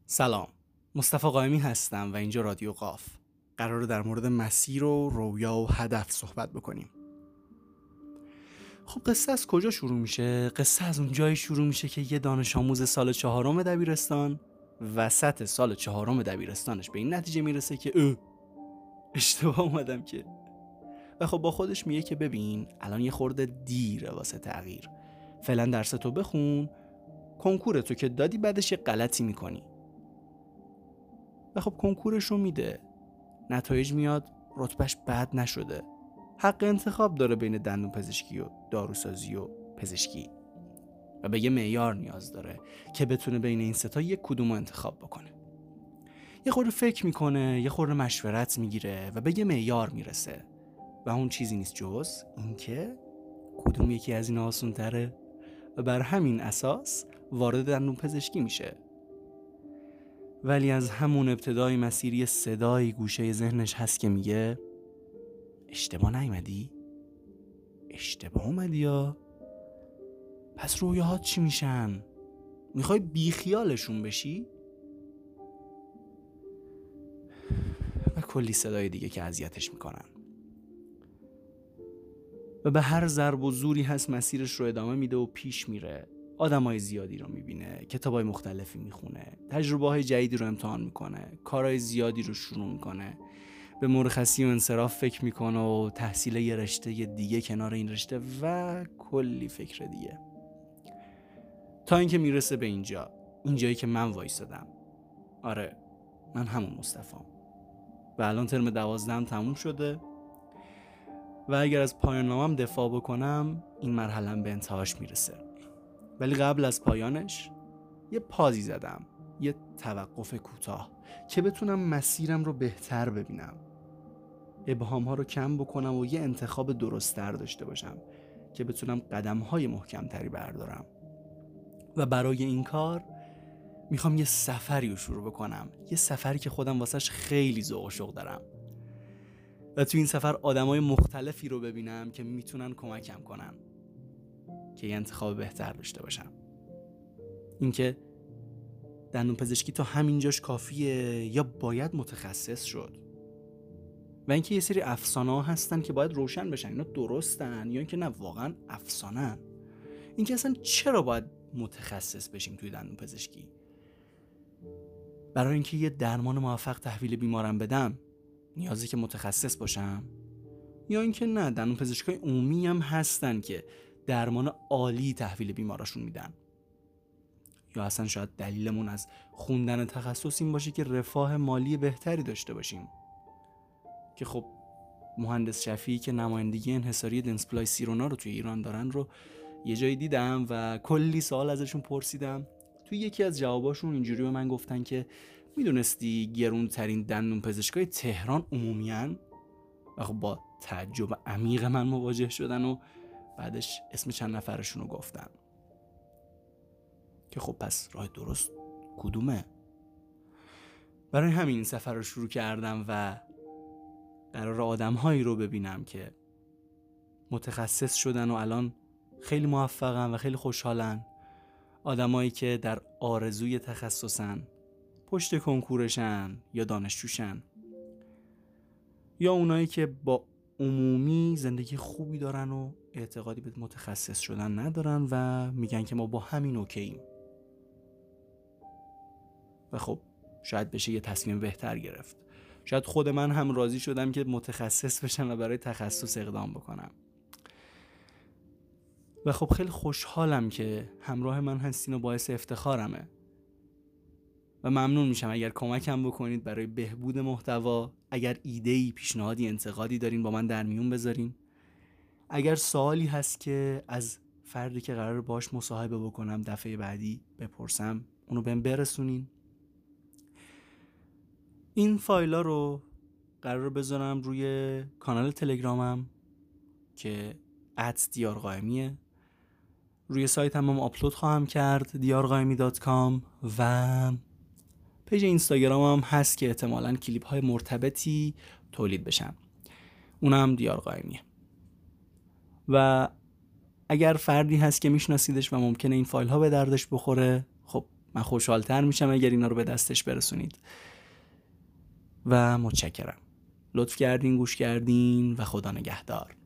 سلام، مصطفی قائمی هستم و اینجا رادیو قاف. قراره در مورد مسیر و رویا و هدف صحبت بکنیم. خب قصه از کجا شروع میشه؟ قصه از اون جایی شروع میشه که یه دانش آموز سال 4 دبیرستان وسط سال 4 دبیرستانش به این نتیجه میرسه که اشتباه اومدم که. و خب با خودش میگه که ببین الان یه خورده دیره واسه تغییر. فعلا درستو بخون، کنکورتو که دادی بعدش یه غلطی میکنی. و خب کنکورش رو میده، نتایج میاد رتبهش بد نشده، حق انتخاب داره بین دندون پزشکی و داروسازی و پزشکی و به یه معیار نیاز داره که بتونه بین این ستا یک کدوم رو انتخاب بکنه. یه خورده فکر میکنه، یه خورده مشورت میگیره و به یه معیار میرسه و اون چیزی نیست جز اینکه کدوم یکی از این آسون تره و بر همین اساس وارد دندون پزشکی میشه. ولی از همون ابتدای مسیری صدای گوشه ذهنش هست که میگه اشتباه نیومدی؟ اشتباه اومدی یا؟ پس رویاهات چی میشن؟ میخوای بیخیالشون بشی؟ و کلی صدای دیگه که اذیتش میکنن و به هر ضرب و زوری هست مسیرش رو ادامه میده و پیش میره. آدمای زیادی رو میبینه، کتابای مختلفی میخونه، تجربه های جدیدی رو امتحان میکنه، کارهای زیادی رو شروع میکنه، به مرخصی و انصراف فکر میکنه و تحصیل یه رشته دیگه کنار این رشته و کلی فکر دیگه، تا اینکه میرسه به اینجایی که من وایسادم. آره، من همون مصطفیم و الان ترم 12 تموم شده و اگر از پایان نامم دفاع بکنم این مرحله به انتهاش میرسه. ولی قبل از پایانش یه پازی زدم، یه توقف کوتاه که بتونم مسیرم رو بهتر ببینم، ابهام‌ها رو کم بکنم و یه انتخاب درست‌تر داشته باشم که بتونم قدم‌های محکم‌تری بردارم. و برای این کار میخوام یه سفری رو شروع بکنم، یه سفری که خودم واسش خیلی ذوق و شوق دارم و تو این سفر آدمای مختلفی رو ببینم که میتونن کمکم کنن که یه انتخاب بهتر داشته باشم. اینکه دندون پزشکی تا همینجاش کافیه یا باید متخصص شد؟ و اینکه یه سری افسانه ها هستن که باید روشن بشن اینا درستن یا اینکه نه واقعا افسانه‌ان؟ اینکه اصلا چرا باید متخصص بشیم توی دندون پزشکی؟ برای اینکه یه درمان موفق تحویل بیمارم بدم نیازی که متخصص باشم؟ یا اینکه نه دندون پزشکای عمومی هم هستن که درمان عالی تحویل بیماراشون میدن؟ یا اصلا شاید دلیلمون از خوندن تخصص این باشه که رفاه مالی بهتری داشته باشیم؟ که خب مهندس شفیعی که نمایندگی انحصاری دنسپلای سیرونا رو توی ایران دارن رو یه جایی دیدم و کلی سوال ازشون پرسیدم. توی یکی از جواباشون اینجوری به من گفتن که میدونستی گرون ترین دندون پزشکای تهران عمومیان؟ و خب با تعجب عمیق من مواجه شدن و بعدش اسم چند نفرشون رو گفتن که خب پس راه درست کدومه؟ برای همین سفر رو شروع کردم و قرار آدم‌هایی رو ببینم که متخصص شدن و الان خیلی موفقن و خیلی خوشحالن، آدمایی که در آرزوی تخصصن، پشت کنکورشن یا دانشجوشن، یا اونایی که با عمومی زندگی خوبی دارن و اعتقادی به متخصص شدن ندارن و میگن که ما با همین اوکییم. و خب شاید بشه یه تصمیم بهتر گرفت. شاید خود من هم راضی شدم که متخصص بشم و برای تخصص اقدام بکنم. و خب خیلی خوشحالم که همراه من هستین و باعث افتخارمه و ممنون میشم اگر کمکم بکنید برای بهبود محتوا. اگر ایده‌ای، پیشنهادی، انتقادی دارین با من در میون بذارین. اگر سوالی هست که از فردی که قرار باش مصاحبه بکنم دفعه بعدی بپرسم اونو بهم برسونین. این فایلا رو قرار بذارم روی کانال تلگرامم که @دیارقائمیه. روی سایتم هم آپلود خواهم کرد diarqaimi.com و پیج اینستاگرام هم هست که احتمالاً کلیپ های مرتبطی تولید بشن، اونم دیار قائمیه. و اگر فردی هست که میشناسیدش و ممکنه این فایل ها به دردش بخوره، خب من خوشحالتر میشم اگر اینا رو به دستش برسونید. و متشکرم. لطف کردین، گوش کردین و خدا نگهدار.